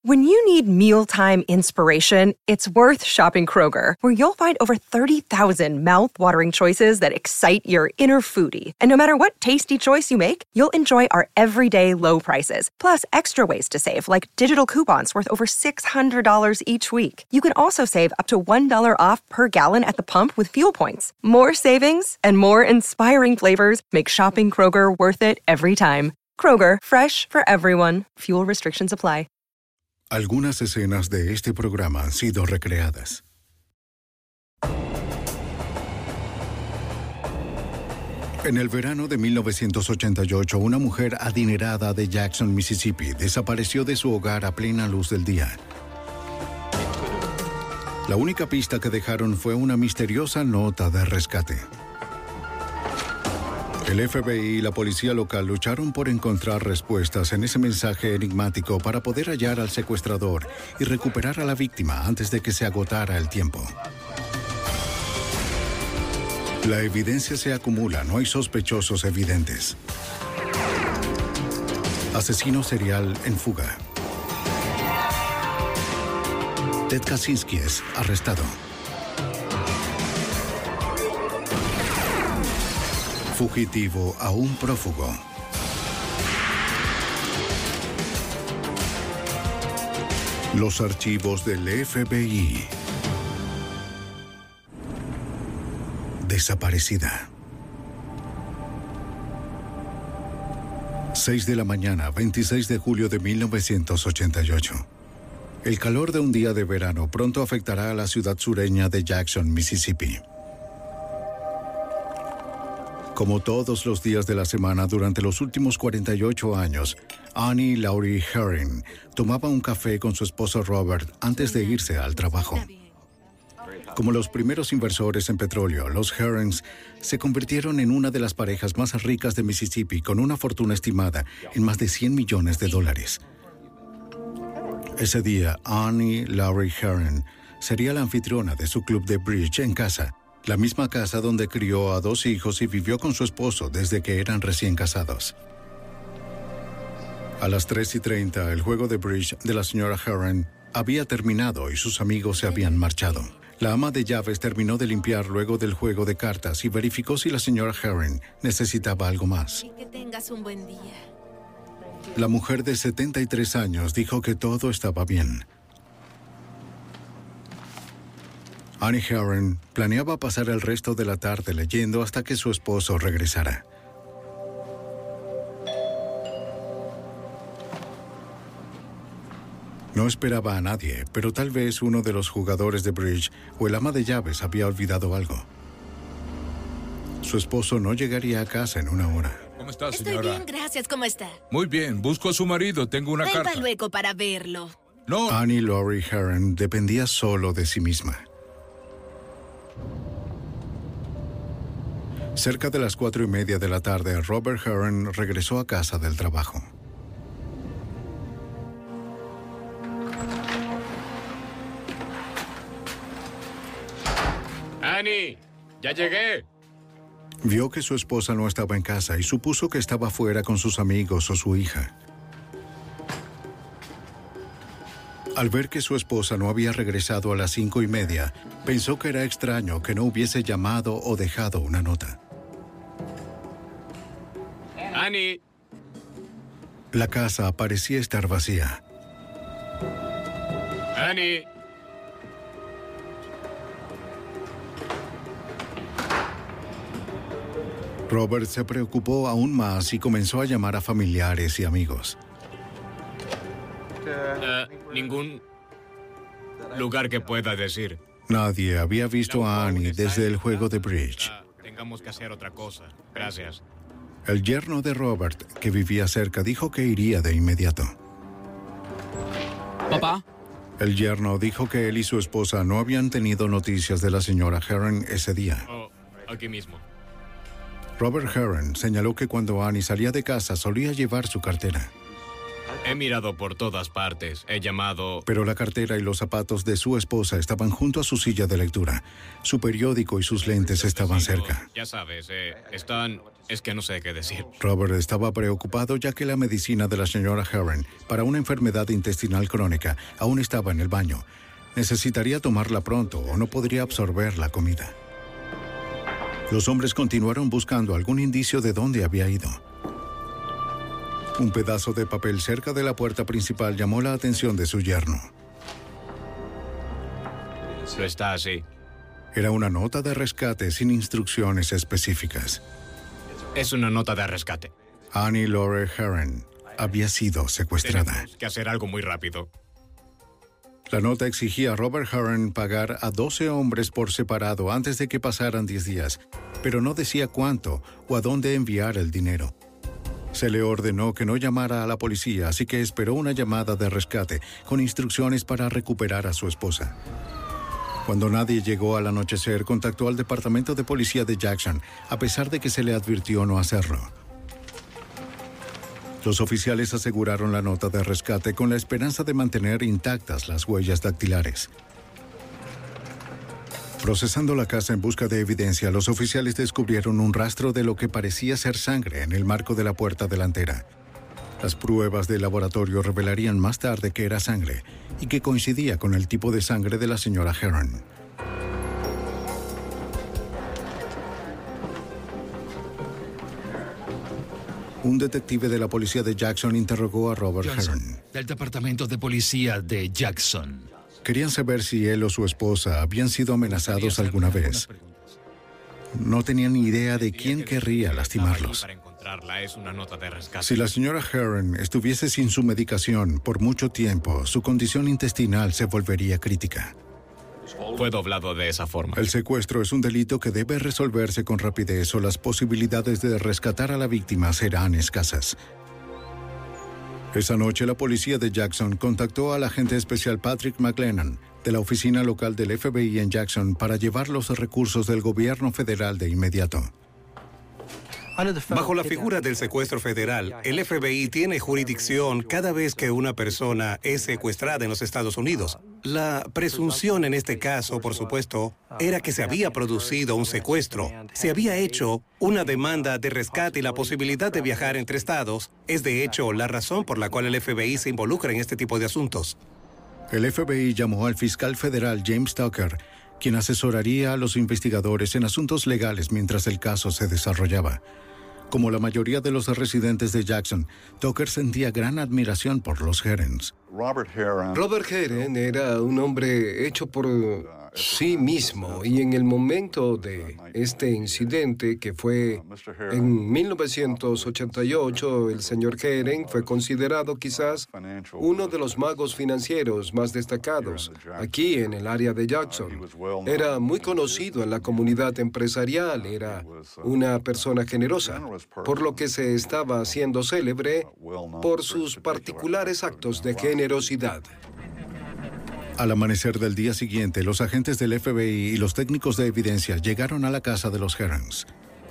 When you need mealtime inspiration, it's worth shopping Kroger, where you'll find over 30,000 mouth-watering choices that excite your inner foodie. And no matter what tasty choice you make, you'll enjoy our everyday low prices, plus extra ways to save, like digital coupons worth over $600 each week. You can also save up to $1 off per gallon at the pump with fuel points. More savings and more inspiring flavors make shopping Kroger worth it every time. Kroger, fresh for everyone. Fuel restrictions apply. Algunas escenas de este programa han sido recreadas. En el verano de 1988, una mujer adinerada de Jackson, Mississippi, desapareció de su hogar a plena luz del día. La única pista que dejaron fue una misteriosa nota de rescate. El FBI y la policía local lucharon por encontrar respuestas en ese mensaje enigmático para poder hallar al secuestrador y recuperar a la víctima antes de que se agotara el tiempo. La evidencia se acumula, no hay sospechosos evidentes. Asesino serial en fuga. Ted Kaczynski es arrestado. Fugitivo aún prófugo. Los archivos del FBI. Desaparecida. 6 de la mañana, 26 de julio de 1988. El calor de un día de verano pronto afectará a la ciudad sureña de Jackson, Mississippi. Como todos los días de la semana durante los últimos 48 años, Annie Laurie Herring tomaba un café con su esposo Robert antes de irse al trabajo. Como los primeros inversores en petróleo, los Herrings se convirtieron en una de las parejas más ricas de Mississippi, con una fortuna estimada en más de $100 millones. Ese día, Annie Laurie Herring sería la anfitriona de su club de bridge en casa, la misma casa donde crió a 2 hijos y vivió con su esposo desde que eran recién casados. A las 3:30, el juego de bridge de la señora Herring había terminado y sus amigos se habían marchado. La ama de llaves terminó de limpiar luego del juego de cartas y verificó si la señora Herring necesitaba algo más. Y que tengas un buen día. La mujer de 73 años dijo que todo estaba bien. Annie Herring planeaba pasar el resto de la tarde leyendo hasta que su esposo regresara. No esperaba a nadie, pero tal vez uno de los jugadores de bridge o el ama de llaves había olvidado algo. Su esposo no llegaría a casa en una hora. ¿Cómo está, señora? Estoy bien, gracias. ¿Cómo está? Muy bien, busco a su marido, tengo una Venga carta. luego para verlo. No. Annie Laurie Herring dependía solo de sí misma. Cerca de las 4:30 de la tarde, Robert Herring regresó a casa del trabajo. Annie, ya llegué. Vio que su esposa no estaba en casa y supuso que estaba fuera con sus amigos o su hija. Al ver que su esposa no había regresado a las 5:30, pensó que era extraño que no hubiese llamado o dejado una nota. Annie. La casa parecía estar vacía. Annie. Robert se preocupó aún más y comenzó a llamar a familiares y amigos. Ningún lugar que pueda decir. Nadie había visto a Annie desde el juego de bridge. Tengamos que hacer otra cosa. Gracias. El yerno de Robert, que vivía cerca, dijo que iría de inmediato. ¿Papá? El yerno dijo que él y su esposa no habían tenido noticias de la señora Herring ese día. Oh, aquí mismo. Robert Herring señaló que cuando Annie salía de casa solía llevar su cartera. He mirado por todas partes. He llamado... Pero la cartera y los zapatos de su esposa estaban junto a su silla de lectura. Su periódico y sus lentes estaban cerca. Ya sabes, están... Es que no sé qué decir. Robert estaba preocupado ya que la medicina de la señora Heron para una enfermedad intestinal crónica aún estaba en el baño. Necesitaría tomarla pronto o no podría absorber la comida. Los hombres continuaron buscando algún indicio de dónde había ido. Un pedazo de papel cerca de la puerta principal llamó la atención de su yerno. Lo está así. Era una nota de rescate sin instrucciones específicas. Es una nota de rescate. Annie Laurie Heron había sido secuestrada. Tenemos que hacer algo muy rápido. La nota exigía a Robert Heron pagar a 12 hombres por separado antes de que pasaran 10 días, pero no decía cuánto o a dónde enviar el dinero. Se le ordenó que no llamara a la policía, así que esperó una llamada de rescate con instrucciones para recuperar a su esposa. Cuando nadie llegó al anochecer, contactó al departamento de policía de Jackson, a pesar de que se le advirtió no hacerlo. Los oficiales aseguraron la nota de rescate con la esperanza de mantener intactas las huellas dactilares. Procesando la casa en busca de evidencia, los oficiales descubrieron un rastro de lo que parecía ser sangre en el marco de la puerta delantera. Las pruebas de laboratorio revelarían más tarde que era sangre y que coincidía con el tipo de sangre de la señora Heron. Un detective de la policía de Jackson interrogó a Robert Heron. Del departamento de policía de Jackson. Querían saber si él o su esposa habían sido amenazados alguna vez. No tenían ni idea de quién querría lastimarlos. Para encontrarla es una nota de rescate. Si la señora Heron estuviese sin su medicación por mucho tiempo, su condición intestinal se volvería crítica. Fue doblado de esa forma. El secuestro es un delito que debe resolverse con rapidez o las posibilidades de rescatar a la víctima serán escasas. Esa noche, la policía de Jackson contactó al agente especial Patrick McLennan de la oficina local del FBI en Jackson para llevar los recursos del gobierno federal de inmediato. Bajo la figura del secuestro federal, el FBI tiene jurisdicción cada vez que una persona es secuestrada en los Estados Unidos. La presunción en este caso, por supuesto, era que se había producido un secuestro. Se había hecho una demanda de rescate y la posibilidad de viajar entre estados es de hecho la razón por la cual el FBI se involucra en este tipo de asuntos. El FBI llamó al fiscal federal James Tucker, quien asesoraría a los investigadores en asuntos legales mientras el caso se desarrollaba. Como la mayoría de los residentes de Jackson, Tucker sentía gran admiración por los Herons. Robert Heron era un hombre hecho por sí mismo y en el momento de este incidente, que fue en 1988, el señor Heron fue considerado quizás uno de los magos financieros más destacados aquí en el área de Jackson. Era muy conocido en la comunidad empresarial, era una persona generosa, por lo que se estaba haciendo célebre por sus particulares actos de generosidad. Al amanecer del día siguiente, los agentes del FBI y los técnicos de evidencia llegaron a la casa de los Herons.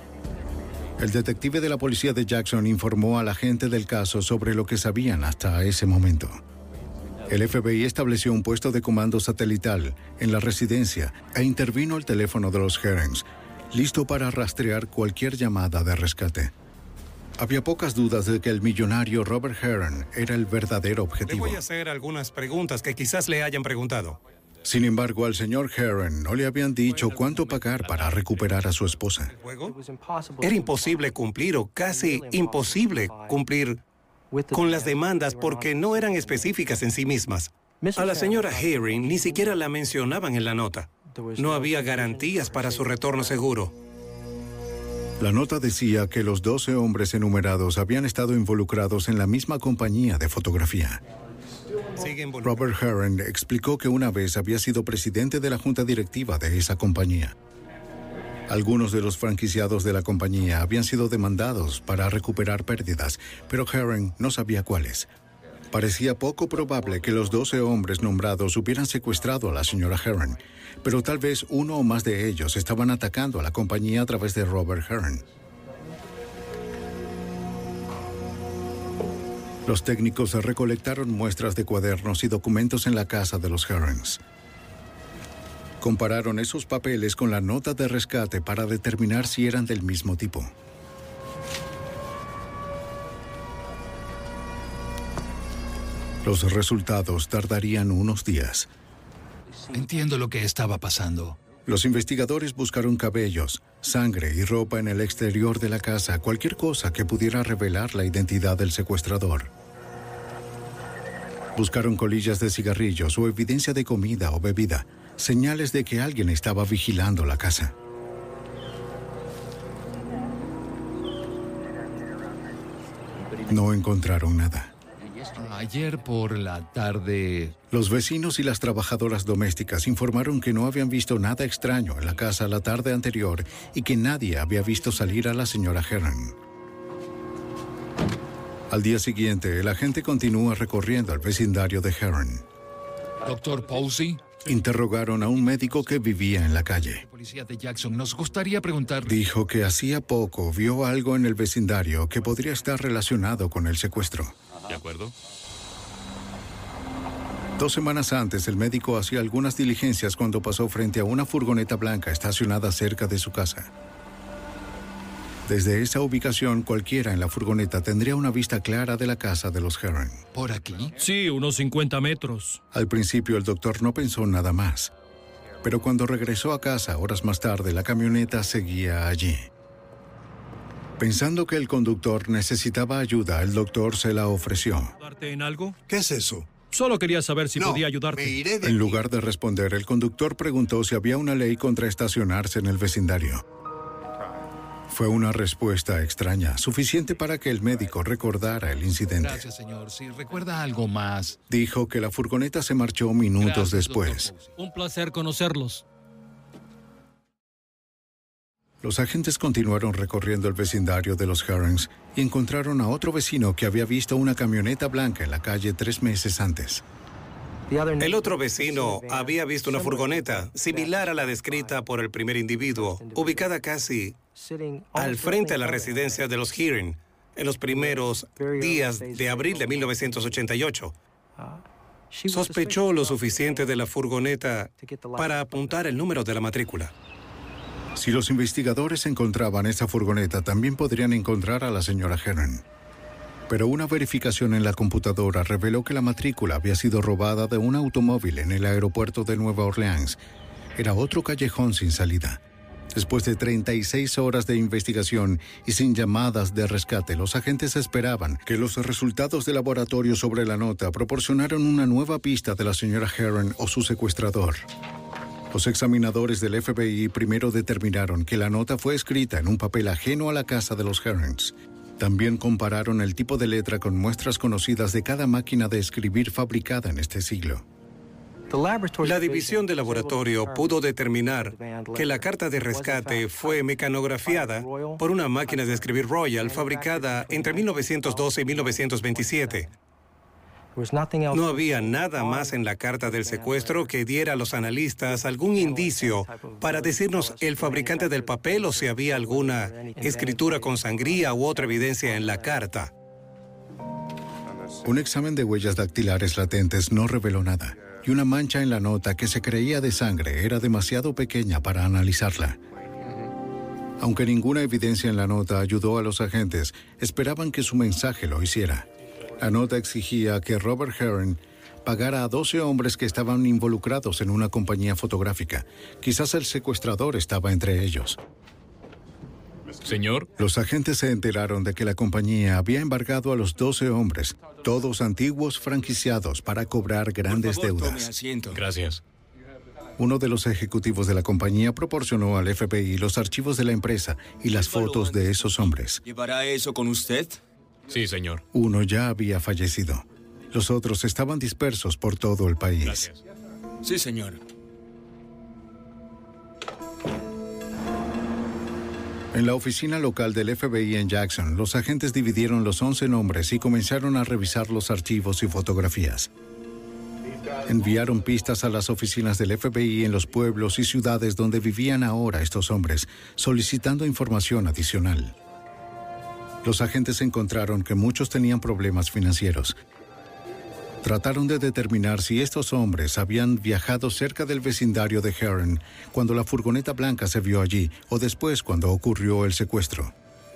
El detective de la policía de Jackson informó al agente del caso sobre lo que sabían hasta ese momento. El FBI estableció un puesto de comando satelital en la residencia e intervino el teléfono de los Herons, listo para rastrear cualquier llamada de rescate. Había pocas dudas de que el millonario Robert Heron era el verdadero Le objetivo. voy a hacer algunas preguntas que quizás le hayan preguntado. Sin embargo, al señor Heron no le habían dicho cuánto pagar para recuperar a su esposa. ¿Juego? Era imposible cumplir o casi imposible cumplir con las demandas porque no eran específicas en sí mismas. A la señora Heron ni siquiera la mencionaban en la nota. No había garantías para su retorno seguro. La nota decía que los 12 hombres enumerados habían estado involucrados en la misma compañía de fotografía. Robert Heron explicó que una vez había sido presidente de la junta directiva de esa compañía. Algunos de los franquiciados de la compañía habían sido demandados para recuperar pérdidas, pero Heron no sabía cuáles. Parecía poco probable que los 12 hombres nombrados hubieran secuestrado a la señora Heron, pero tal vez uno o más de ellos estaban atacando a la compañía a través de Robert Heron. Los técnicos recolectaron muestras de cuadernos y documentos en la casa de los Herrens. Compararon esos papeles con la nota de rescate para determinar si eran del mismo tipo. Los resultados tardarían unos días. Entiendo lo que estaba pasando. Los investigadores buscaron cabellos, sangre y ropa en el exterior de la casa, cualquier cosa que pudiera revelar la identidad del secuestrador. Buscaron colillas de cigarrillos o evidencia de comida o bebida, señales de que alguien estaba vigilando la casa. No encontraron nada. Ayer por la tarde... Los vecinos y las trabajadoras domésticas informaron que no habían visto nada extraño en la casa la tarde anterior y que nadie había visto salir a la señora Herren. Al día siguiente, el agente continúa recorriendo el vecindario de Herren. Doctor Posey. Interrogaron a un médico que vivía en la calle. Policía de Jackson, nos gustaría preguntarle... Dijo que hacía poco vio algo en el vecindario que podría estar relacionado con el secuestro. ¿De acuerdo? 2 semanas antes, el médico hacía algunas diligencias cuando pasó frente a una furgoneta blanca estacionada cerca de su casa. Desde esa ubicación, cualquiera en la furgoneta tendría una vista clara de la casa de los Herren. ¿Por aquí? Sí, unos 50 metros. Al principio, el doctor no pensó nada más. Pero cuando regresó a casa, horas más tarde, la camioneta seguía allí. Pensando que el conductor necesitaba ayuda, el doctor se la ofreció. ¿Ayudarte en algo? ¿Qué es eso? Solo quería saber si podía ayudarte. Me iré de En aquí. lugar de responder, el conductor preguntó si había una ley contra estacionarse en el vecindario. Fue una respuesta extraña, suficiente para que el médico recordara el incidente. Gracias, señor. Si recuerda algo más... Dijo que la furgoneta se marchó minutos después. Un placer conocerlos. Los agentes continuaron recorriendo el vecindario de los Herrens y encontraron a otro vecino que había visto una camioneta blanca en la calle 3 meses antes. El otro vecino había visto una furgoneta similar a la descrita por el primer individuo, ubicada casi al frente de la residencia de los Herren en los primeros días de abril de 1988. Sospechó lo suficiente de la furgoneta para apuntar el número de la matrícula. Si los investigadores encontraban esa furgoneta, también podrían encontrar a la señora Herren. Pero una verificación en la computadora reveló que la matrícula había sido robada de un automóvil en el aeropuerto de Nueva Orleans. Era otro callejón sin salida. Después de 36 horas de investigación y sin llamadas de rescate, los agentes esperaban que los resultados de laboratorio sobre la nota proporcionaran una nueva pista de la señora Herren o su secuestrador. Los examinadores del FBI primero determinaron que la nota fue escrita en un papel ajeno a la casa de los Herrens. También compararon el tipo de letra con muestras conocidas de cada máquina de escribir fabricada en este siglo. La división de laboratorio pudo determinar que la carta de rescate fue mecanografiada por una máquina de escribir Royal fabricada entre 1912 y 1927. No había nada más en la carta del secuestro que diera a los analistas algún indicio para decirnos el fabricante del papel o si había alguna escritura con sangría u otra evidencia en la carta. Un examen de huellas dactilares latentes no reveló nada, y una mancha en la nota que se creía de sangre era demasiado pequeña para analizarla. Aunque ninguna evidencia en la nota ayudó a los agentes, esperaban que su mensaje lo hiciera. La nota exigía que Robert Herren pagara a 12 hombres que estaban involucrados en una compañía fotográfica. Quizás el secuestrador estaba entre ellos. Señor. Los agentes se enteraron de que la compañía había embargado a los 12 hombres, todos antiguos franquiciados, para cobrar grandes deudas. Gracias. Uno de los ejecutivos de la compañía proporcionó al FBI los archivos de la empresa y las fotos de esos hombres. ¿Llevará eso con usted? Sí, señor. Uno ya había fallecido. Los otros estaban dispersos por todo el país. Gracias. Sí, señor. En la oficina local del FBI en Jackson, los agentes dividieron los 11 nombres y comenzaron a revisar los archivos y fotografías. Enviaron pistas a las oficinas del FBI en los pueblos y ciudades donde vivían ahora estos hombres, solicitando información adicional. Los agentes encontraron que muchos tenían problemas financieros. Trataron de determinar si estos hombres habían viajado cerca del vecindario de Heron cuando la furgoneta blanca se vio allí o después cuando ocurrió el secuestro.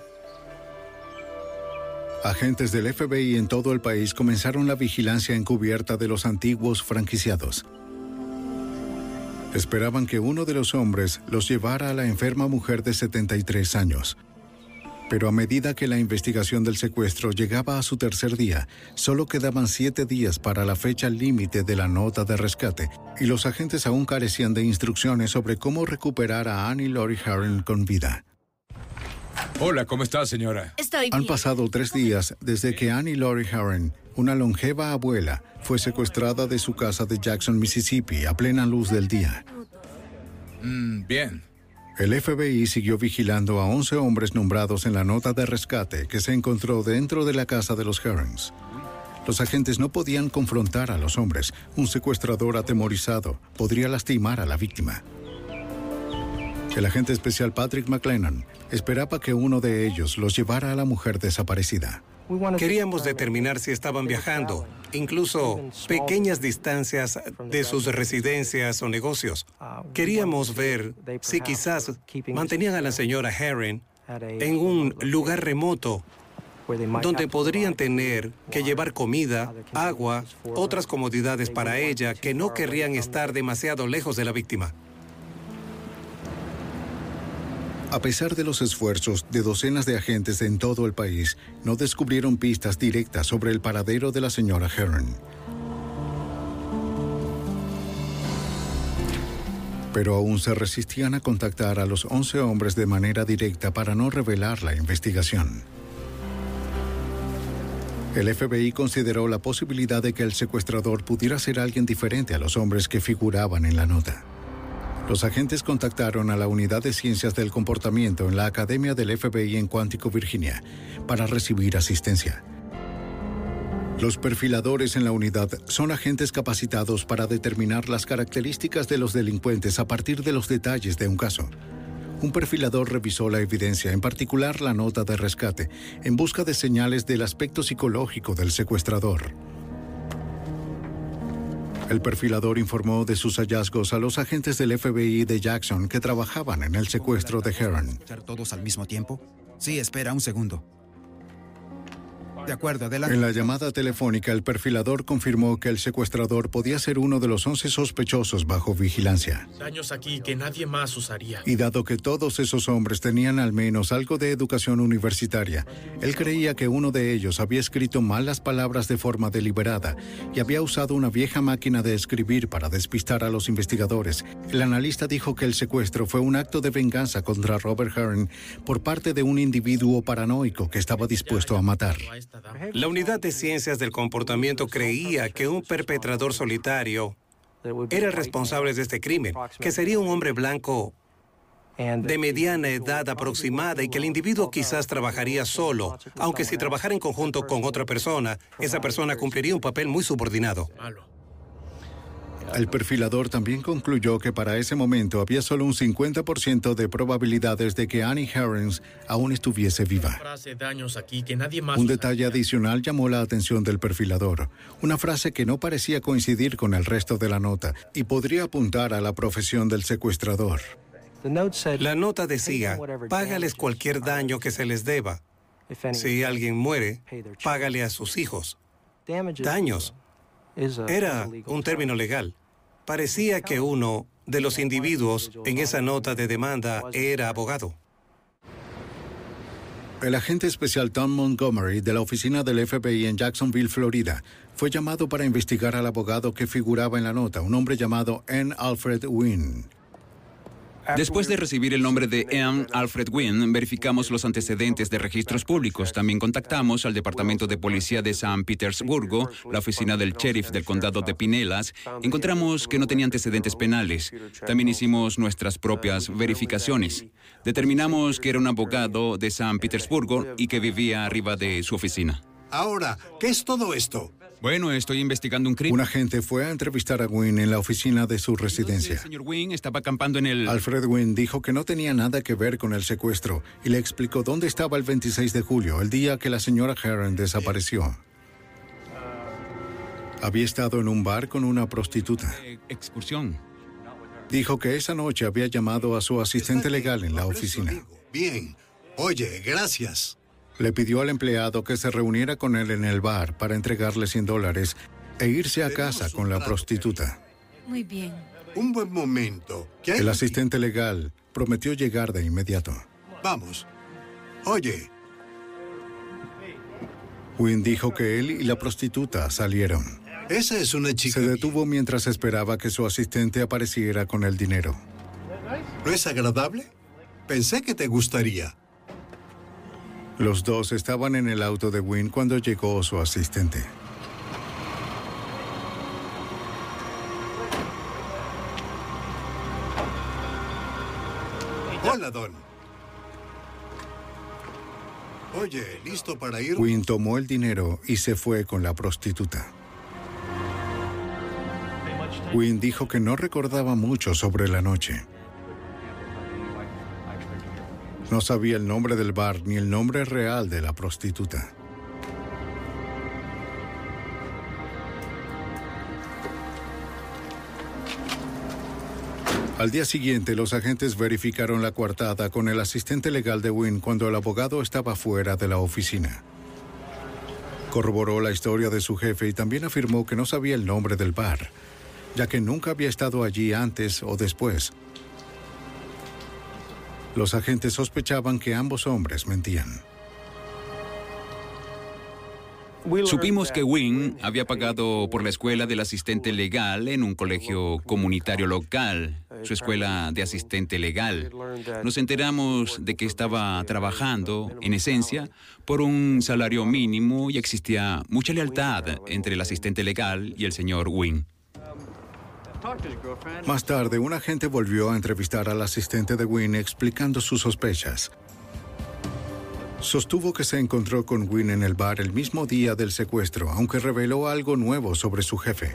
Agentes del FBI en todo el país comenzaron la vigilancia encubierta de los antiguos franquiciados. Esperaban que uno de los hombres los llevara a la enferma mujer de 73 años. Pero a medida que la investigación del secuestro llegaba a su tercer día, solo quedaban 7 días para la fecha límite de la nota de rescate, y los agentes aún carecían de instrucciones sobre cómo recuperar a Annie Laurie Heron con vida. Hola, ¿cómo está, señora? Estoy bien. Han pasado 3 días desde que Annie Laurie Heron, una longeva abuela, fue secuestrada de su casa de Jackson, Mississippi, a plena luz del día. Bien. El FBI siguió vigilando a 11 hombres nombrados en la nota de rescate que se encontró dentro de la casa de los Herons. Los agentes no podían confrontar a los hombres. Un secuestrador atemorizado podría lastimar a la víctima. El agente especial Patrick McLennan esperaba que uno de ellos los llevara a la mujer desaparecida. Queríamos determinar si estaban viajando, incluso pequeñas distancias de sus residencias o negocios. Queríamos ver si quizás mantenían a la señora Heron en un lugar remoto donde podrían tener que llevar comida, agua, otras comodidades para ella que no querrían estar demasiado lejos de la víctima. A pesar de los esfuerzos de docenas de agentes en todo el país, no descubrieron pistas directas sobre el paradero de la señora Heron. Pero aún se resistían a contactar a los 11 hombres de manera directa para no revelar la investigación. El FBI consideró la posibilidad de que el secuestrador pudiera ser alguien diferente a los hombres que figuraban en la nota. Los agentes contactaron a la Unidad de Ciencias del Comportamiento en la Academia del FBI en Quantico, Virginia, para recibir asistencia. Los perfiladores en la unidad son agentes capacitados para determinar las características de los delincuentes a partir de los detalles de un caso. Un perfilador revisó la evidencia, en particular la nota de rescate, en busca de señales del aspecto psicológico del secuestrador. El perfilador informó de sus hallazgos a los agentes del FBI de Jackson que trabajaban en el secuestro de Heron. ¿Todos al mismo tiempo? Sí, espera un segundo. De acuerdo, adelante. En la llamada telefónica, el perfilador confirmó que el secuestrador podía ser uno de los 11 sospechosos bajo vigilancia. Daños aquí que nadie más usaría. Y dado que todos esos hombres tenían al menos algo de educación universitaria, él creía que uno de ellos había escrito mal las palabras de forma deliberada y había usado una vieja máquina de escribir para despistar a los investigadores. El analista dijo que el secuestro fue un acto de venganza contra Robert Heron por parte de un individuo paranoico que estaba dispuesto a matar. La Unidad de Ciencias del Comportamiento creía que un perpetrador solitario era el responsable de este crimen, que sería un hombre blanco de mediana edad aproximada y que el individuo quizás trabajaría solo, aunque si trabajara en conjunto con otra persona, esa persona cumpliría un papel muy subordinado. El perfilador también concluyó que para ese momento había solo un 50% de probabilidades de que Annie Heron aún estuviese viva. Un detalle adicional llamó la atención del perfilador, una frase que no parecía coincidir con el resto de la nota y podría apuntar a la profesión del secuestrador. La nota decía, págales cualquier daño que se les deba. Si alguien muere, págale a sus hijos. Daños. Era un término legal. Parecía que uno de los individuos en esa nota de demanda era abogado. El agente especial Tom Montgomery de la oficina del FBI en Jacksonville, Florida, fue llamado para investigar al abogado que figuraba en la nota, un hombre llamado N. Alfred Wynn. Después de recibir el nombre de N. Alfred Wynn, verificamos los antecedentes de registros públicos. También contactamos al Departamento de Policía de San Petersburgo, la oficina del sheriff del condado de Pinellas. Encontramos que no tenía antecedentes penales. También hicimos nuestras propias verificaciones. Determinamos que era un abogado de San Petersburgo y que vivía arriba de su oficina. Ahora, ¿qué es todo esto? Bueno, estoy investigando un crimen. Un agente fue a entrevistar a Wynn en la oficina de su residencia. El señor Wynn estaba acampando en el... Alfred Wynn dijo que no tenía nada que ver con el secuestro y le explicó dónde estaba el 26 de julio, el día que la señora Heron desapareció. Había estado en un bar con una prostituta. Excursión. Dijo que esa noche había llamado a su asistente legal en la oficina. Bien. Oye, gracias. Le pidió al empleado que se reuniera con él en el bar para entregarle $100 e irse a casa con la prostituta. Muy bien. Un buen momento. ¿Qué hay? El asistente legal prometió llegar de inmediato. Vamos. Oye. Wynn dijo que él y la prostituta salieron. Esa es una chica. Se detuvo mientras esperaba que su asistente apareciera con el dinero. ¿No es agradable? Pensé que te gustaría. Los dos estaban en el auto de Wynn cuando llegó su asistente. Hola, Don. Oye, ¿listo para ir? Wynn tomó el dinero y se fue con la prostituta. Wynn dijo que no recordaba mucho sobre la noche. No sabía el nombre del bar ni el nombre real de la prostituta. Al día siguiente, los agentes verificaron la coartada con el asistente legal de Wynn cuando el abogado estaba fuera de la oficina. Corroboró la historia de su jefe y también afirmó que no sabía el nombre del bar, ya que nunca había estado allí antes o después. Los agentes sospechaban que ambos hombres mentían. Supimos que Wynn había pagado por la escuela del asistente legal en un colegio comunitario local, su escuela de asistente legal. Nos enteramos de que estaba trabajando, en esencia, por un salario mínimo y existía mucha lealtad entre el asistente legal y el señor Wynn. Más tarde, un agente volvió a entrevistar al asistente de Wynn explicando sus sospechas. Sostuvo que se encontró con Wynn en el bar el mismo día del secuestro, aunque reveló algo nuevo sobre su jefe.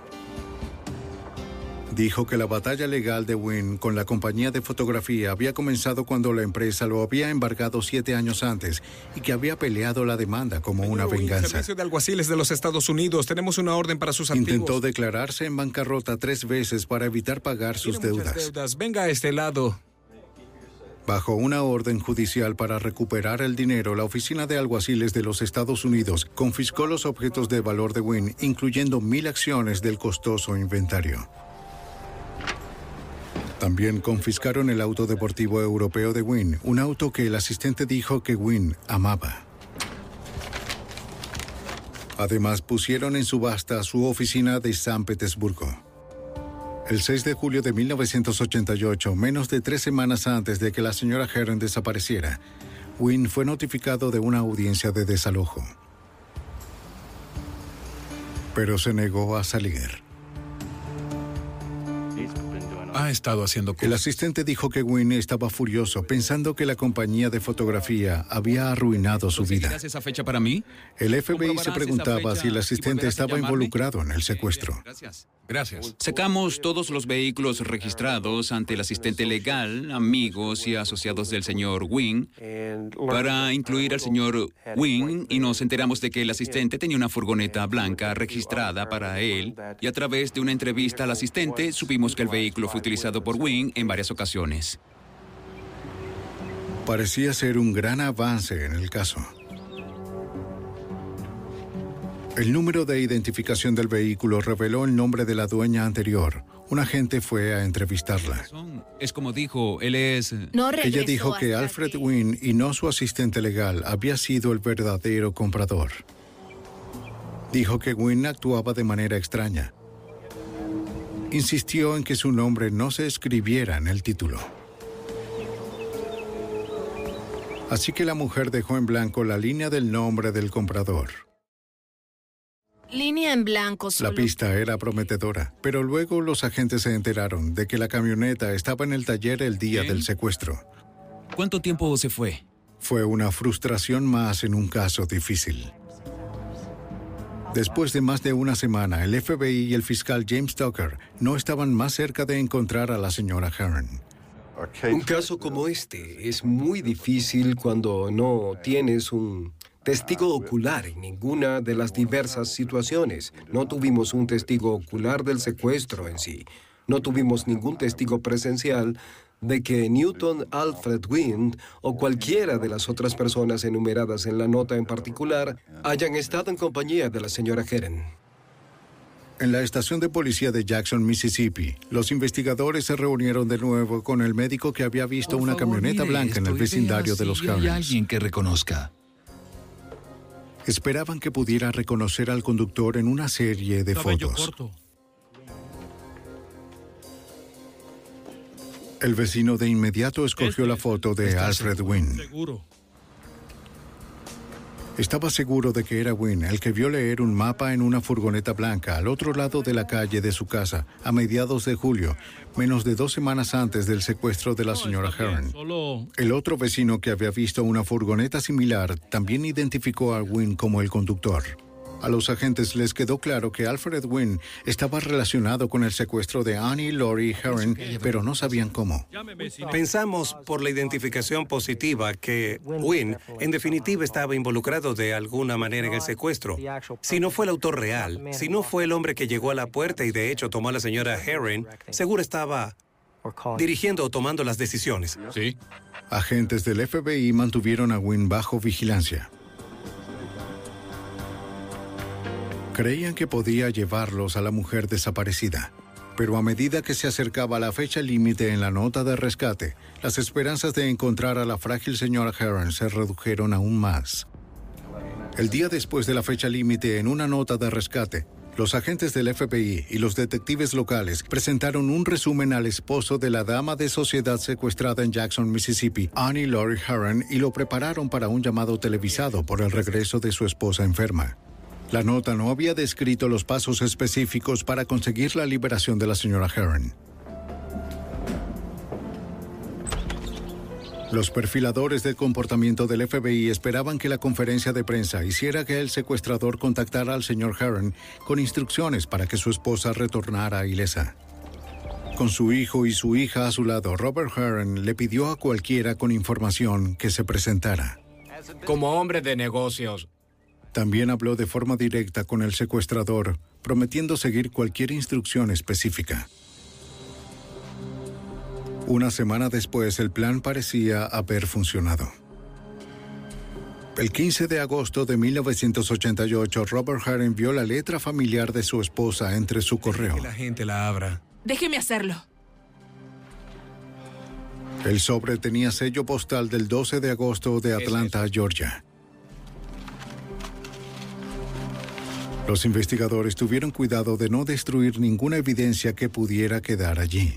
Dijo que la batalla legal de Wynn con la compañía de fotografía había comenzado cuando la empresa lo había embargado 7 años antes y que había peleado la demanda como una venganza. Servicio de alguaciles de los Estados Unidos. Tenemos una orden para sus activos. Intentó declararse en bancarrota 3 veces para evitar pagar sus deudas. Venga a este lado. Bajo una orden judicial para recuperar el dinero, la Oficina de Alguaciles de los Estados Unidos confiscó los objetos de valor de Wynn, incluyendo 1,000 acciones del costoso inventario. También confiscaron el auto deportivo europeo de Wynn, un auto que el asistente dijo que Wynn amaba. Además, pusieron en subasta su oficina de San Petersburgo. El 6 de julio de 1988, menos de 3 semanas antes de que la señora Heron desapareciera, Wynn fue notificado de una audiencia de desalojo. Pero se negó a salir. Ha estado haciendo cosas. El asistente dijo que Wynn estaba furioso, pensando que la compañía de fotografía había arruinado su vida. ¿Conseguirás esa fecha para mí? El FBI se preguntaba si el asistente estaba involucrado en el secuestro. Gracias. Sacamos todos los vehículos registrados ante el asistente legal, amigos y asociados del señor Wynn, para incluir al señor Wynn, y nos enteramos de que el asistente tenía una furgoneta blanca registrada para él, y a través de una entrevista al asistente supimos que el vehículo fue utilizado por Wynn en varias ocasiones. Parecía ser un gran avance en el caso. El número de identificación del vehículo reveló el nombre de la dueña anterior. Un agente fue a entrevistarla. Es como dijo, él es... Ella dijo que Alfred Wynn y no su asistente legal había sido el verdadero comprador. Dijo que Wynn actuaba de manera extraña. Insistió en que su nombre no se escribiera en el título. Así que la mujer dejó en blanco la línea del nombre del comprador. Línea en blanco solo. La pista era prometedora, pero luego los agentes se enteraron de que la camioneta estaba en el taller el día del secuestro. ¿Cuánto tiempo se fue? Fue una frustración más en un caso difícil. Después de más de una semana, el FBI y el fiscal James Tucker no estaban más cerca de encontrar a la señora Heron. Un caso como este es muy difícil cuando no tienes un testigo ocular en ninguna de las diversas situaciones. No tuvimos un testigo ocular del secuestro en sí. No tuvimos ningún testigo presencial de que Newton Alfred Wynn o cualquiera de las otras personas enumeradas en la nota en particular hayan estado en compañía de la señora Heron. En la estación de policía de Jackson, Mississippi, los investigadores se reunieron de nuevo con el médico que había visto una camioneta blanca en el vecindario de los Herons. Hay alguien que reconozca. Esperaban que pudiera reconocer al conductor en una serie de fotos. El vecino de inmediato escogió la foto de Alfred Wynn. Estaba seguro de que era Wynn el que vio leer un mapa en una furgoneta blanca al otro lado de la calle de su casa a mediados de julio, menos de 2 semanas antes del secuestro de la señora Heron. El otro vecino que había visto una furgoneta similar también identificó a Wynn como el conductor. A los agentes les quedó claro que Alfred Wynn estaba relacionado con el secuestro de Annie Laurie Heron, pero no sabían cómo. Pensamos por la identificación positiva que Wynn, en definitiva, estaba involucrado de alguna manera en el secuestro. Si no fue el autor real, si no fue el hombre que llegó a la puerta y de hecho tomó a la señora Heron, seguro estaba dirigiendo o tomando las decisiones. Sí. Agentes del FBI mantuvieron a Wynn bajo vigilancia. Creían que podía llevarlos a la mujer desaparecida, pero a medida que se acercaba la fecha límite en la nota de rescate, las esperanzas de encontrar a la frágil señora Heron se redujeron aún más. El día después de la fecha límite en una nota de rescate, los agentes del FBI y los detectives locales presentaron un resumen al esposo de la dama de sociedad secuestrada en Jackson, Mississippi, Annie Laurie Heron, y lo prepararon para un llamado televisado por el regreso de su esposa enferma. La nota no había descrito los pasos específicos para conseguir la liberación de la señora Heron. Los perfiladores del comportamiento del FBI esperaban que la conferencia de prensa hiciera que el secuestrador contactara al señor Heron con instrucciones para que su esposa retornara ilesa. Con su hijo y su hija a su lado, Robert Heron le pidió a cualquiera con información que se presentara. Como hombre de negocios. También habló de forma directa con el secuestrador, prometiendo seguir cualquier instrucción específica. Una semana después, el plan parecía haber funcionado. El 15 de agosto de 1988, Robert Heron vio la letra familiar de su esposa entre su correo. Que la gente la abra. Déjeme hacerlo. El sobre tenía sello postal del 12 de agosto de Atlanta, Georgia. Los investigadores tuvieron cuidado de no destruir ninguna evidencia que pudiera quedar allí.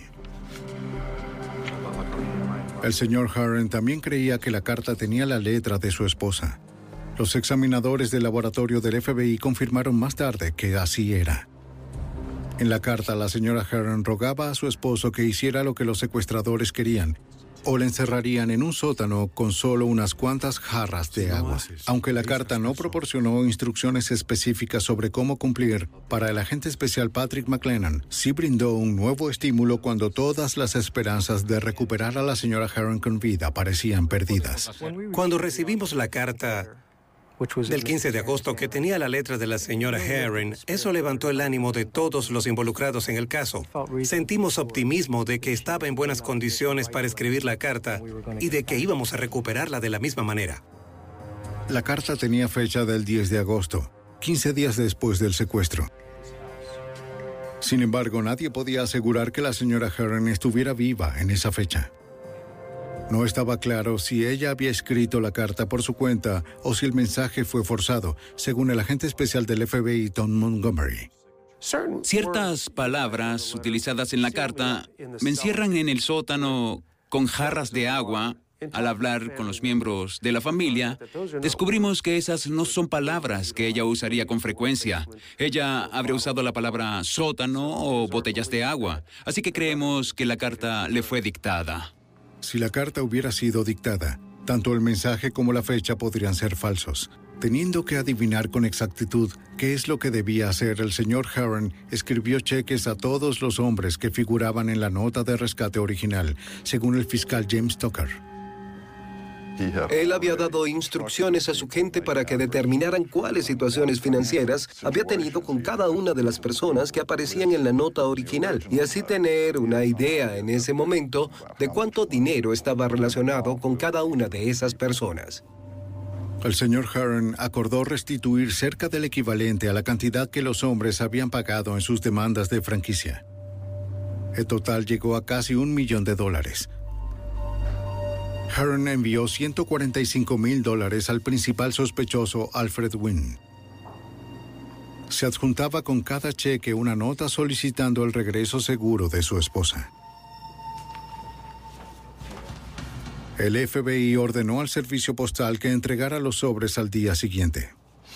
El señor Heron también creía que la carta tenía la letra de su esposa. Los examinadores del laboratorio del FBI confirmaron más tarde que así era. En la carta, la señora Heron rogaba a su esposo que hiciera lo que los secuestradores querían, o le encerrarían en un sótano con solo unas cuantas jarras de agua. Aunque la carta no proporcionó instrucciones específicas sobre cómo cumplir, para el agente especial Patrick McLennan sí brindó un nuevo estímulo cuando todas las esperanzas de recuperar a la señora Heron con vida parecían perdidas. Cuando recibimos la carta del 15 de agosto que tenía la letra de la señora Heron, eso levantó el ánimo de todos los involucrados en el caso. Sentimos optimismo de que estaba en buenas condiciones para escribir la carta y de que íbamos a recuperarla de la misma manera. La carta tenía fecha del 10 de agosto, 15 días después del secuestro. Sin embargo, nadie podía asegurar que la señora Heron estuviera viva en esa fecha. No estaba claro si ella había escrito la carta por su cuenta o si el mensaje fue forzado, según el agente especial del FBI, Tom Montgomery. Ciertas palabras utilizadas en la carta me encierran en el sótano con jarras de agua. Al hablar con los miembros de la familia, descubrimos que esas no son palabras que ella usaría con frecuencia. Ella habría usado la palabra sótano o botellas de agua, así que creemos que la carta le fue dictada. Si la carta hubiera sido dictada, tanto el mensaje como la fecha podrían ser falsos. Teniendo que adivinar con exactitud qué es lo que debía hacer, el señor Heron escribió cheques a todos los hombres que figuraban en la nota de rescate original, según el fiscal James Tucker. Él había dado instrucciones a su gente para que determinaran cuáles situaciones financieras había tenido con cada una de las personas que aparecían en la nota original y así tener una idea en ese momento de cuánto dinero estaba relacionado con cada una de esas personas. El señor Heron acordó restituir cerca del equivalente a la cantidad que los hombres habían pagado en sus demandas de franquicia. El total llegó a casi $1 millón. Heron envió $145,000 al principal sospechoso, Alfred Wynn. Se adjuntaba con cada cheque una nota solicitando el regreso seguro de su esposa. El FBI ordenó al servicio postal que entregara los sobres al día siguiente.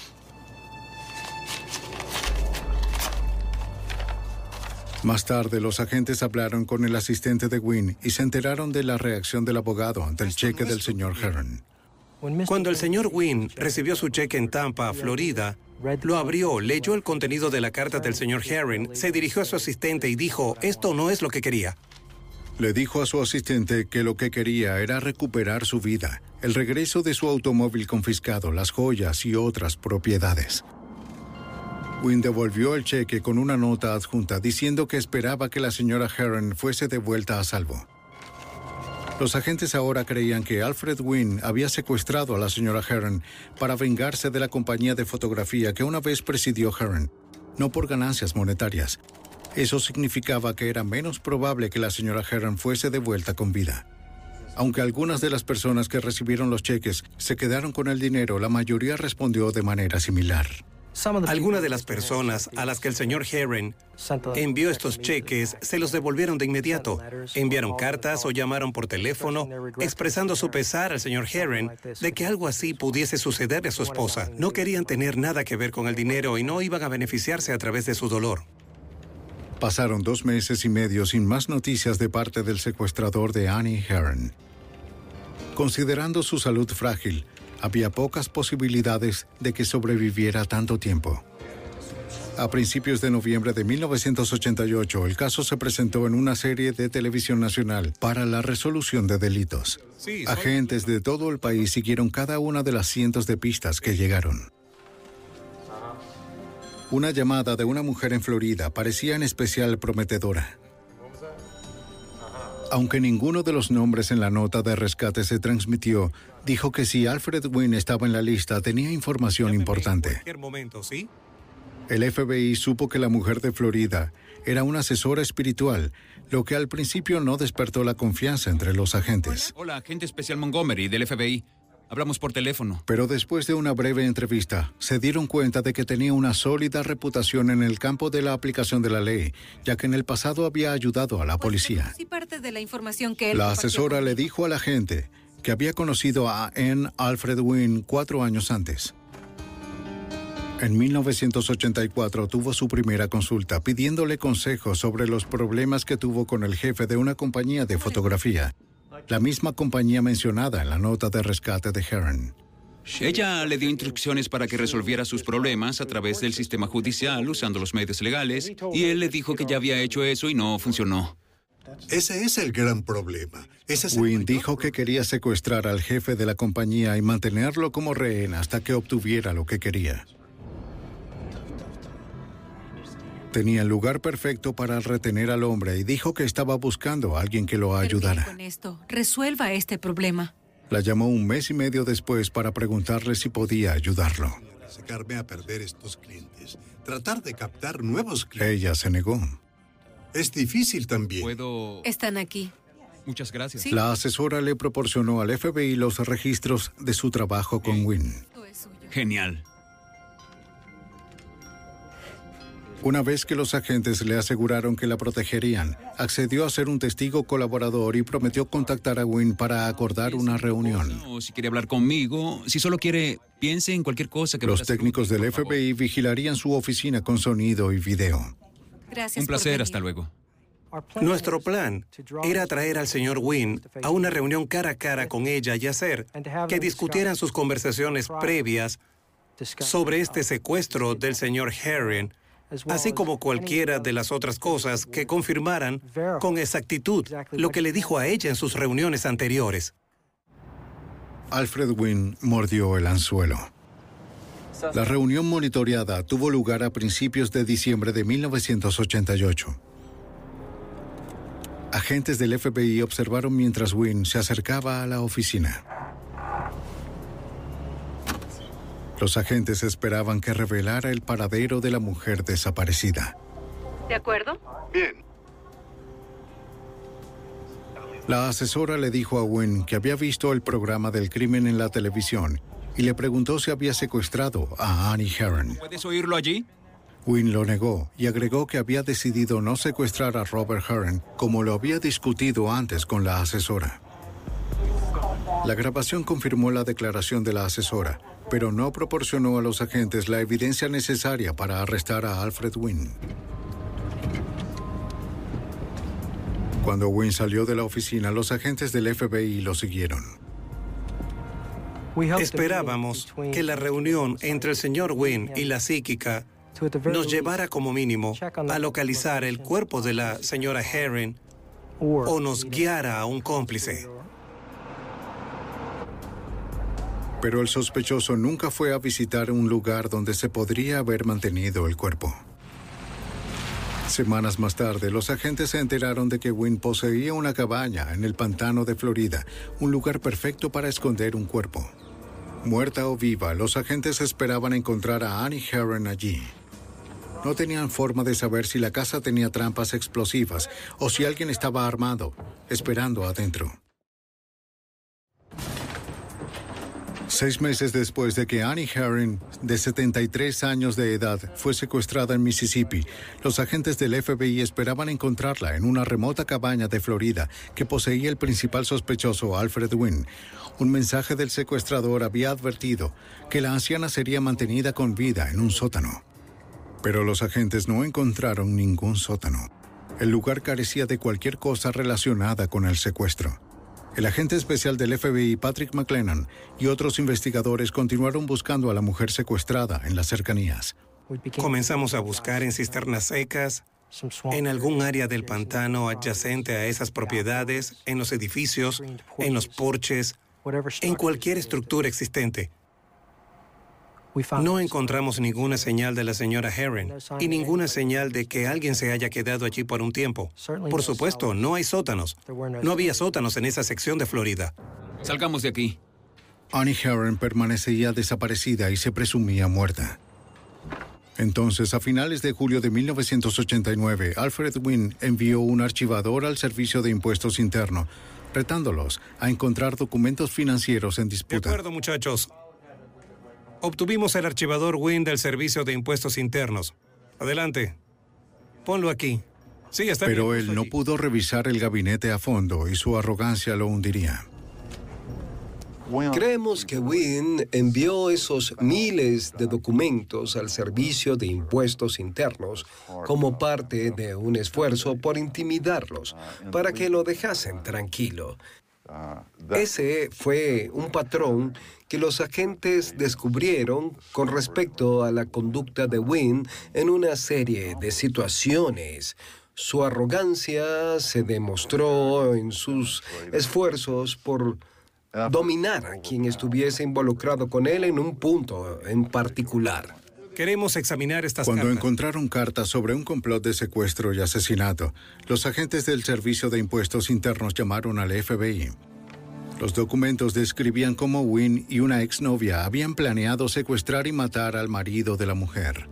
Más tarde, los agentes hablaron con el asistente de Wynn y se enteraron de la reacción del abogado ante el cheque del señor Heron. Cuando el señor Wynn recibió su cheque en Tampa, Florida, lo abrió, leyó el contenido de la carta del señor Heron, se dirigió a su asistente y dijo, esto no es lo que quería. Le dijo a su asistente que lo que quería era recuperar su vida, el regreso de su automóvil confiscado, las joyas y otras propiedades. Wynn devolvió el cheque con una nota adjunta diciendo que esperaba que la señora Heron fuese devuelta a salvo. Los agentes ahora creían que Alfred Wynn había secuestrado a la señora Heron para vengarse de la compañía de fotografía que una vez presidió Heron, no por ganancias monetarias. Eso significaba que era menos probable que la señora Heron fuese devuelta con vida. Aunque algunas de las personas que recibieron los cheques se quedaron con el dinero, la mayoría respondió de manera similar. Algunas de las personas a las que el señor Heron envió estos cheques se los devolvieron de inmediato. Enviaron cartas o llamaron por teléfono expresando su pesar al señor Heron de que algo así pudiese sucederle a su esposa. No querían tener nada que ver con el dinero y no iban a beneficiarse a través de su dolor. Pasaron 2 meses y medio sin más noticias de parte del secuestrador de Annie Heron. Considerando su salud frágil, había pocas posibilidades de que sobreviviera tanto tiempo. A principios de noviembre de 1988, el caso se presentó en una serie de televisión nacional para la resolución de delitos. Agentes de todo el país siguieron cada una de las cientos de pistas que llegaron. Una llamada de una mujer en Florida parecía en especial prometedora. Aunque ninguno de los nombres en la nota de rescate se transmitió, dijo que si Alfred Wynn estaba en la lista, tenía información importante. El FBI supo que la mujer de Florida era una asesora espiritual, lo que al principio no despertó la confianza entre los agentes. Hola, agente especial Montgomery del FBI. Hablamos por teléfono. Pero después de una breve entrevista, se dieron cuenta de que tenía una sólida reputación en el campo de la aplicación de la ley, ya que en el pasado había ayudado a la policía. Sí, parte de la información que él La asesora le dijo a la agente que había conocido a Ann Alfred Wynn 4 años antes. En 1984 tuvo su primera consulta pidiéndole consejos sobre los problemas que tuvo con el jefe de una compañía de fotografía, la misma compañía mencionada en la nota de rescate de Heron. Ella le dio instrucciones para que resolviera sus problemas a través del sistema judicial usando los medios legales y él le dijo que ya había hecho eso y no funcionó. Ese es el gran problema. Wynn dijo que quería secuestrar al jefe de la compañía y mantenerlo como rehén hasta que obtuviera lo que quería. Tenía el lugar perfecto para retener al hombre y dijo que estaba buscando a alguien que lo ayudara. Con esto, resuelva este problema. La llamó 1 mes y medio después para preguntarle si podía ayudarlo. Sacarme a perder estos clientes. Tratar de captar nuevos clientes. Ella se negó. Es difícil también. Están aquí. Muchas gracias. ¿Sí? La asesora le proporcionó al FBI los registros de su trabajo con Wynn. Genial. Una vez que los agentes le aseguraron que la protegerían, accedió a ser un testigo colaborador y prometió contactar a Wynn para acordar una reunión. O si quiere hablar conmigo, si solo quiere, piense en cualquier cosa que... Los técnicos del FBI vigilarían su oficina con sonido y video. Gracias. Un placer, hasta luego. Nuestro plan era traer al señor Wynn a una reunión cara a cara con ella y hacer que discutieran sus conversaciones previas sobre este secuestro del señor Herring, así como cualquiera de las otras cosas que confirmaran con exactitud lo que le dijo a ella en sus reuniones anteriores. Alfred Wynne mordió el anzuelo. La reunión monitoreada tuvo lugar a principios de diciembre de 1988. Agentes del FBI observaron mientras Wynne se acercaba a la oficina. Los agentes esperaban que revelara el paradero de la mujer desaparecida. ¿De acuerdo? Bien. La asesora le dijo a Wynne que había visto el programa del crimen en la televisión y le preguntó si había secuestrado a Annie Herring. ¿Puedes oírlo allí? Wynne lo negó y agregó que había decidido no secuestrar a Robert Herring como lo había discutido antes con la asesora. La grabación confirmó la declaración de la asesora, pero no proporcionó a los agentes la evidencia necesaria para arrestar a Alfred Wynne. Cuando Wynne salió de la oficina, los agentes del FBI lo siguieron. Esperábamos que la reunión entre el señor Wynne y la psíquica nos llevara como mínimo a localizar el cuerpo de la señora Herring o nos guiara a un cómplice. Pero el sospechoso nunca fue a visitar un lugar donde se podría haber mantenido el cuerpo. Semanas más tarde, los agentes se enteraron de que Wynne poseía una cabaña en el pantano de Florida, un lugar perfecto para esconder un cuerpo. Muerta o viva, los agentes esperaban encontrar a Annie Herring allí. No tenían forma de saber si la casa tenía trampas explosivas o si alguien estaba armado, esperando adentro. 6 meses después de que Annie Herring, de 73 años de edad, fue secuestrada en Mississippi, los agentes del FBI esperaban encontrarla en una remota cabaña de Florida que poseía el principal sospechoso, Alfred Wynne. Un mensaje del secuestrador había advertido que la anciana sería mantenida con vida en un sótano. Pero los agentes no encontraron ningún sótano. El lugar carecía de cualquier cosa relacionada con el secuestro. El agente especial del FBI, Patrick McLennan, y otros investigadores continuaron buscando a la mujer secuestrada en las cercanías. Comenzamos a buscar en cisternas secas, en algún área del pantano adyacente a esas propiedades, en los edificios, en los porches, en cualquier estructura existente. No encontramos ninguna señal de la señora Herring y ninguna señal de que alguien se haya quedado allí por un tiempo. Por supuesto, no hay sótanos. No había sótanos en esa sección de Florida. Salgamos de aquí. Annie Herring permanecía desaparecida y se presumía muerta. Entonces, a finales de julio de 1989, Alfred Wynne envió un archivador al Servicio de Impuestos Internos, retándolos a encontrar documentos financieros en disputa. De acuerdo, muchachos. Obtuvimos el archivador Wynne del Servicio de Impuestos Internos. Adelante. Ponlo aquí. Sí, está bien. Pero él no pudo revisar el gabinete a fondo y su arrogancia lo hundiría. Creemos que Wynne envió esos miles de documentos al Servicio de Impuestos Internos como parte de un esfuerzo por intimidarlos, para que lo dejasen tranquilo. Ese fue un patrón que los agentes descubrieron con respecto a la conducta de Wynne en una serie de situaciones. Su arrogancia se demostró en sus esfuerzos por dominar a quien estuviese involucrado con él en un punto en particular. Queremos examinar estas Cuando cartas. encontraron cartas sobre un complot de secuestro y asesinato, los agentes del Servicio de Impuestos Internos llamaron al FBI. Los documentos describían cómo Wynne y una exnovia habían planeado secuestrar y matar al marido de la mujer.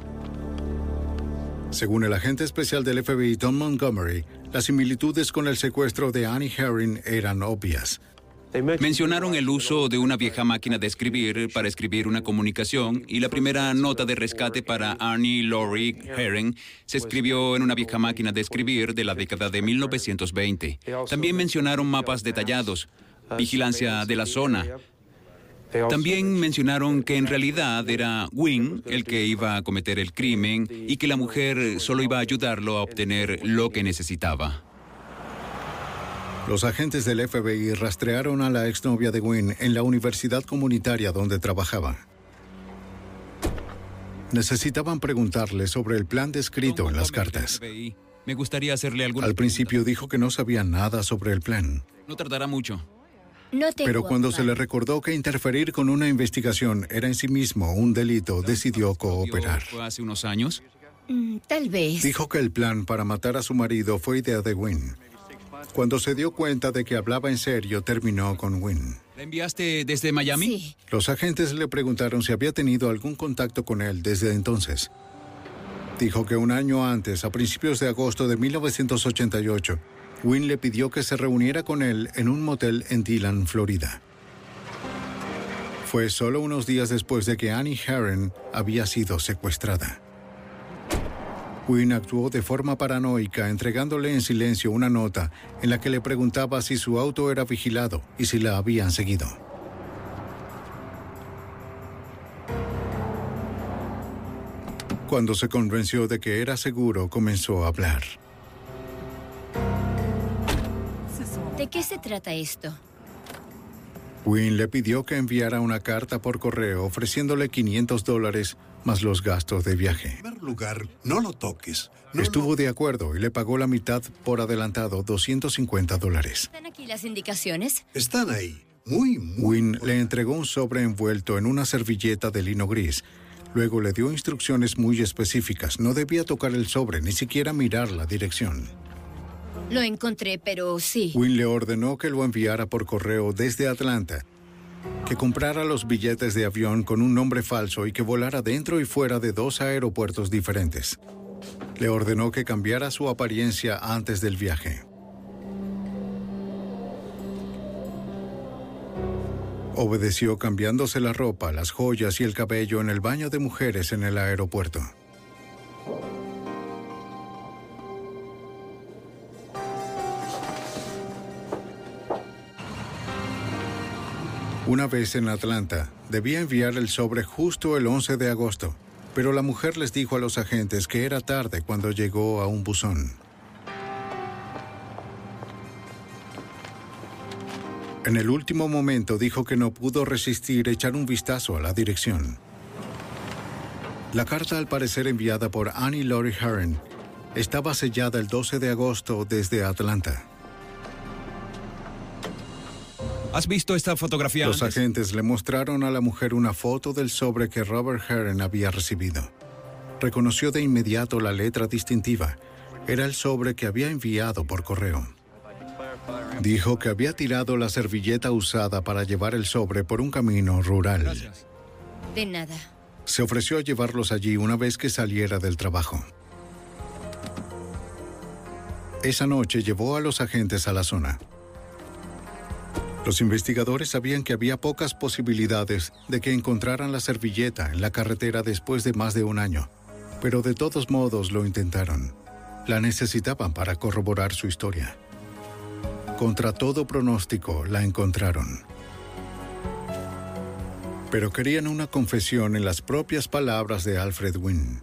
Según el agente especial del FBI, Tom Montgomery, las similitudes con el secuestro de Annie Herring eran obvias. Mencionaron el uso de una vieja máquina de escribir para escribir una comunicación y la primera nota de rescate para Annie Laurie Herring se escribió en una vieja máquina de escribir de la década de 1920. También mencionaron mapas detallados, vigilancia de la zona. También mencionaron que en realidad era Wynne el que iba a cometer el crimen y que la mujer solo iba a ayudarlo a obtener lo que necesitaba. Los agentes del FBI rastrearon a la exnovia de Wynne en la universidad comunitaria donde trabajaba. Necesitaban preguntarle sobre el plan descrito en las cartas. Me gustaría hacerle alguna Al principio dijo que no sabía nada sobre el plan. No tardará mucho. Pero cuando se le recordó que interferir con una investigación era en sí mismo un delito, decidió cooperar. ¿Fue hace unos años? Tal vez. Dijo que el plan para matar a su marido fue idea de Wynn. Cuando se dio cuenta de que hablaba en serio, terminó con Wynn. ¿La enviaste desde Miami? Sí. Los agentes le preguntaron si había tenido algún contacto con él desde entonces. Dijo que un año antes, a principios de agosto de 1988, Wynn le pidió que se reuniera con él en un motel en Dillon, Florida. Fue solo unos días después de que Annie Herron había sido secuestrada. Wynn actuó de forma paranoica, entregándole en silencio una nota en la que le preguntaba si su auto era vigilado y si la habían seguido. Cuando se convenció de que era seguro, comenzó a hablar. ¿De qué se trata esto? Wynn le pidió que enviara una carta por correo ofreciéndole $500 más los gastos de viaje. En primer lugar, no lo toques. Estuvo de acuerdo y le pagó la mitad por adelantado, $250. ¿Están aquí las indicaciones? Están ahí. Muy. Wynn le entregó un sobre envuelto en una servilleta de lino gris. Luego le dio instrucciones muy específicas. No debía tocar el sobre, ni siquiera mirar la dirección. Lo encontré, pero sí. Wynn le ordenó que lo enviara por correo desde Atlanta, que comprara los billetes de avión con un nombre falso y que volara dentro y fuera de 2 aeropuertos diferentes. Le ordenó que cambiara su apariencia antes del viaje. Obedeció cambiándose la ropa, las joyas y el cabello en el baño de mujeres en el aeropuerto. Una vez en Atlanta, debía enviar el sobre justo el 11 de agosto, pero la mujer les dijo a los agentes que era tarde cuando llegó a un buzón. En el último momento dijo que no pudo resistir echar un vistazo a la dirección. La carta, al parecer enviada por Annie Laurie Herron, estaba sellada el 12 de agosto desde Atlanta. ¿Has visto esta fotografía Los antes? agentes le mostraron a la mujer una foto del sobre que Robert Herron había recibido. Reconoció de inmediato la letra distintiva. Era el sobre que había enviado por correo. Dijo que había tirado la servilleta usada para llevar el sobre por un camino rural. Gracias. De nada. Se ofreció a llevarlos allí una vez que saliera del trabajo. Esa noche llevó a los agentes a la zona. Los investigadores sabían que había pocas posibilidades de que encontraran la servilleta en la carretera después de más de un año, pero de todos modos lo intentaron. La necesitaban para corroborar su historia. Contra todo pronóstico, la encontraron. Pero querían una confesión en las propias palabras de Alfred Wynn.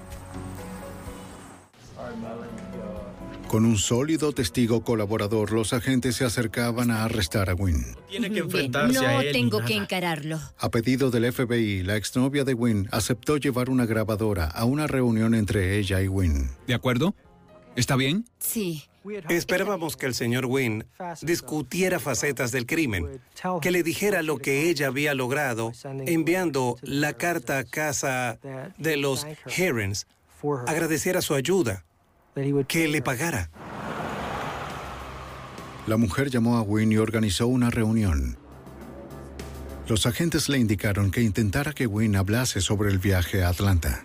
Con un sólido testigo colaborador, los agentes se acercaban a arrestar a Wynn. Tiene que enfrentarse a él. No tengo y que nada. encararlo. A pedido del FBI, la exnovia de Wynn aceptó llevar una grabadora a una reunión entre ella y Wynn. ¿De acuerdo? ¿Está bien? Sí. Esperábamos que el señor Wynn discutiera facetas del crimen, que le dijera lo que ella había logrado enviando la carta a casa de los Herrons, agradeciera su ayuda, que le pagara. La mujer llamó a Wynn y organizó una reunión. Los agentes le indicaron que intentara que Wynn hablase sobre el viaje a Atlanta.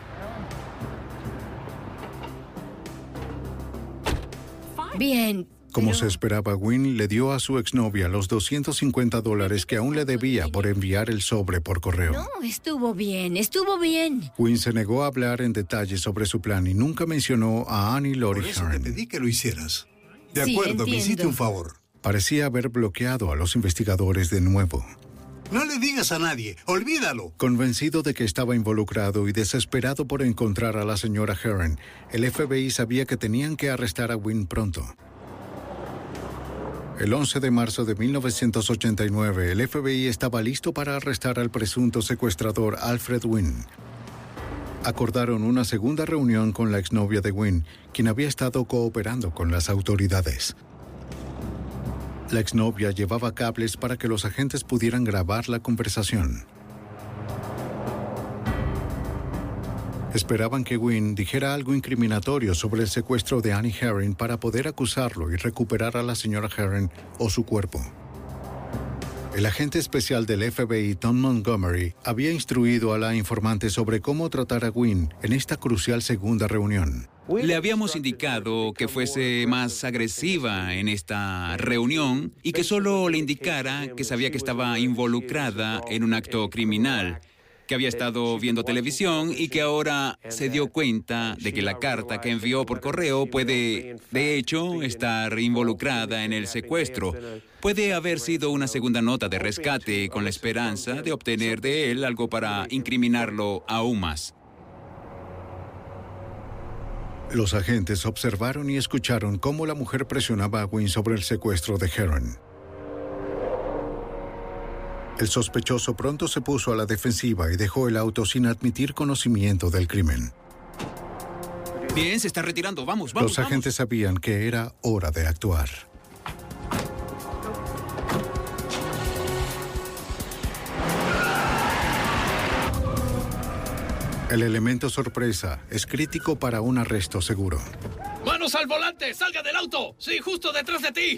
Bien. Como se esperaba, Wynn le dio a su exnovia los $250 que aún le debía por enviar el sobre por correo. No, estuvo bien, estuvo bien. Wynn se negó a hablar en detalle sobre su plan y nunca mencionó a Annie Laurie Por eso te Herron. pedí que lo hicieras. De Sí, acuerdo, me entiendo. hiciste un favor. Parecía haber bloqueado a los investigadores de nuevo. No le digas a nadie, olvídalo. Convencido de que estaba involucrado y desesperado por encontrar a la señora Herron, el FBI sabía que tenían que arrestar a Wynn pronto. El 11 de marzo de 1989, el FBI estaba listo para arrestar al presunto secuestrador Alfred Wynn. Acordaron una segunda reunión con la exnovia de Wynn, quien había estado cooperando con las autoridades. La exnovia llevaba cables para que los agentes pudieran grabar la conversación. Esperaban que Wynn dijera algo incriminatorio sobre el secuestro de Annie Herring para poder acusarlo y recuperar a la señora Herring o su cuerpo. El agente especial del FBI, Tom Montgomery, había instruido a la informante sobre cómo tratar a Wynn en esta crucial segunda reunión. Le habíamos indicado que fuese más agresiva en esta reunión y que solo le indicara que sabía que estaba involucrada en un acto criminal, que había estado viendo televisión y que ahora se dio cuenta de que la carta que envió por correo puede, de hecho, estar involucrada en el secuestro. Puede haber sido una segunda nota de rescate con la esperanza de obtener de él algo para incriminarlo aún más. Los agentes observaron y escucharon cómo la mujer presionaba a Wynn sobre el secuestro de Herring. El sospechoso pronto se puso a la defensiva y dejó el auto sin admitir conocimiento del crimen. Bien, se está retirando. Vamos. Los agentes sabían que era hora de actuar. El elemento sorpresa es crítico para un arresto seguro. ¡Manos al volante! ¡Salga del auto! ¡Sí, justo detrás de ti!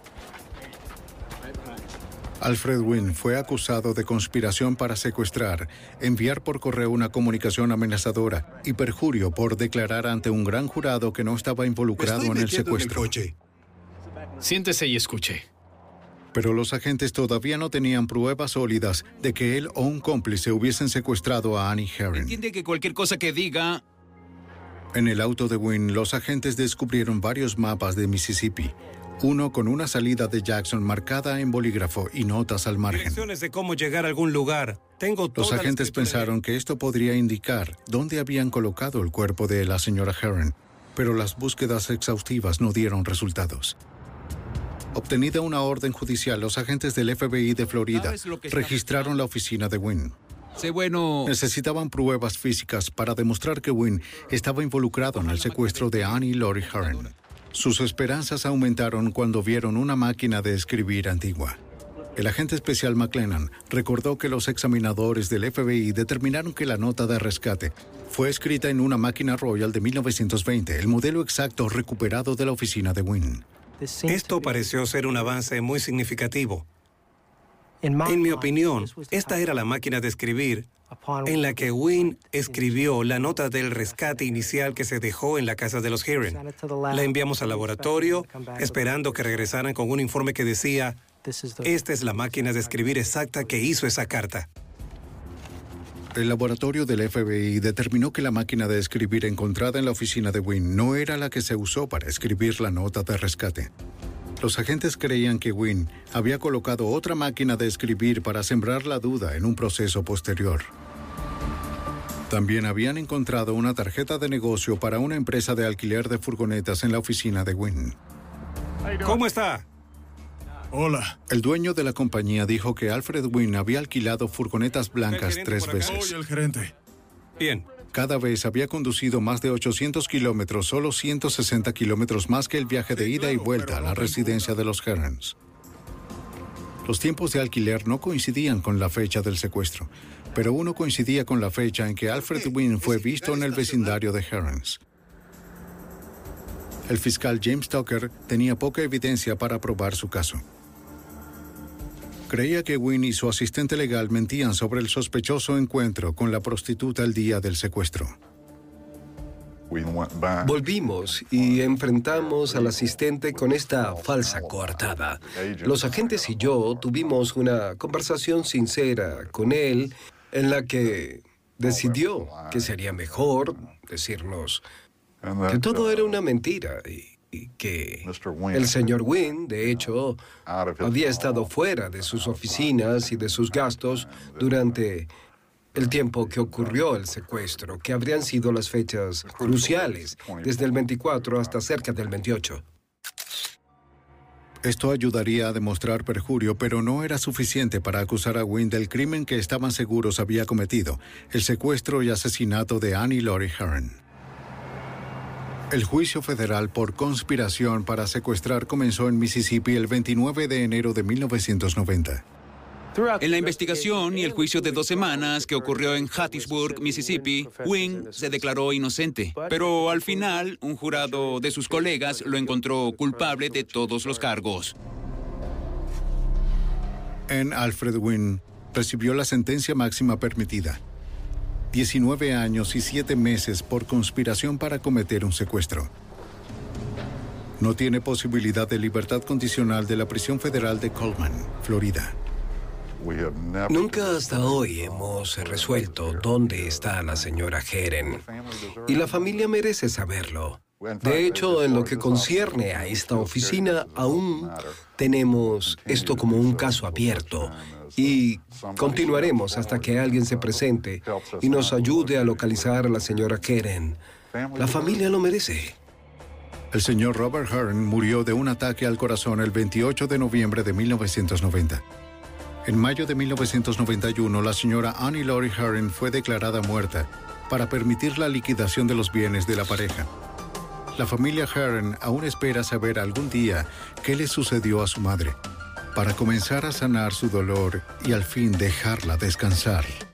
Alfred Wynn fue acusado de conspiración para secuestrar, enviar por correo una comunicación amenazadora y perjurio por declarar ante un gran jurado que no estaba involucrado en el secuestro. Siéntese y escuche. Pero los agentes todavía no tenían pruebas sólidas de que él o un cómplice hubiesen secuestrado a Annie Herring. Entiende que cualquier cosa que diga... En el auto de Wynn, los agentes descubrieron varios mapas de Mississippi. Uno con una salida de Jackson marcada en bolígrafo y notas al margen. Direcciones de cómo llegar a algún lugar. Los agentes pensaron que esto podría indicar dónde habían colocado el cuerpo de la señora Herring, pero las búsquedas exhaustivas no dieron resultados. Obtenida una orden judicial, los agentes del FBI de Florida registraron la oficina de Wynn. Necesitaban pruebas físicas para demostrar que Wynn estaba involucrado en el secuestro de Annie y Lori Herring. Sus esperanzas aumentaron cuando vieron una máquina de escribir antigua. El agente especial McLennan recordó que los examinadores del FBI determinaron que la nota de rescate fue escrita en una máquina Royal de 1920, el modelo exacto recuperado de la oficina de Wynn. Esto pareció ser un avance muy significativo. En mi opinión, esta era la máquina de escribir en la que Wynn escribió la nota del rescate inicial que se dejó en la casa de los Herring. La enviamos al laboratorio, esperando que regresaran con un informe que decía, esta es la máquina de escribir exacta que hizo esa carta. El laboratorio del FBI determinó que la máquina de escribir encontrada en la oficina de Wynn no era la que se usó para escribir la nota de rescate. Los agentes creían que Wynn había colocado otra máquina de escribir para sembrar la duda en un proceso posterior. También habían encontrado una tarjeta de negocio para una empresa de alquiler de furgonetas en la oficina de Wynn. ¿Cómo está? Hola. El dueño de la compañía dijo que Alfred Wynn había alquilado furgonetas blancas 3 veces. Soy el gerente. Bien. Cada vez había conducido más de 800 kilómetros, solo 160 kilómetros más que el viaje de ida y vuelta a la residencia de los Herrings. Los tiempos de alquiler no coincidían con la fecha del secuestro, pero uno coincidía con la fecha en que Alfred Wynn fue visto en el vecindario de Herrings. El fiscal James Tucker tenía poca evidencia para probar su caso. Creía que Wynn y su asistente legal mentían sobre el sospechoso encuentro con la prostituta el día del secuestro. Volvimos y enfrentamos al asistente con esta falsa coartada. Los agentes y yo tuvimos una conversación sincera con él en la que decidió que sería mejor decirnos que todo era una mentira y que el señor Wynn, de hecho, había estado fuera de sus oficinas y de sus gastos durante el tiempo que ocurrió el secuestro, que habrían sido las fechas cruciales, desde el 24 hasta cerca del 28. Esto ayudaría a demostrar perjurio, pero no era suficiente para acusar a Wynn del crimen que estaban seguros había cometido, el secuestro y asesinato de Annie Laurie Heron. El juicio federal por conspiración para secuestrar comenzó en Mississippi el 29 de enero de 1990. En la investigación y el juicio de 2 semanas que ocurrió en Hattiesburg, Mississippi, Wynn se declaró inocente. Pero al final, un jurado de sus colegas lo encontró culpable de todos los cargos. Alfred Wynn recibió la sentencia máxima permitida: 19 años y 7 meses por conspiración para cometer un secuestro. No tiene posibilidad de libertad condicional de la prisión federal de Coleman, Florida. Nunca hasta hoy hemos resuelto dónde está la señora Heron, y la familia merece saberlo. De hecho, en lo que concierne a esta oficina, aún tenemos esto como un caso abierto, y continuaremos hasta que alguien se presente y nos ayude a localizar a la señora Heron. La familia lo merece. El señor Robert Heron murió de un ataque al corazón el 28 de noviembre de 1990. En mayo de 1991, la señora Annie Laurie Heron fue declarada muerta para permitir la liquidación de los bienes de la pareja. La familia Heron aún espera saber algún día qué le sucedió a su madre, para comenzar a sanar su dolor y al fin dejarla descansar.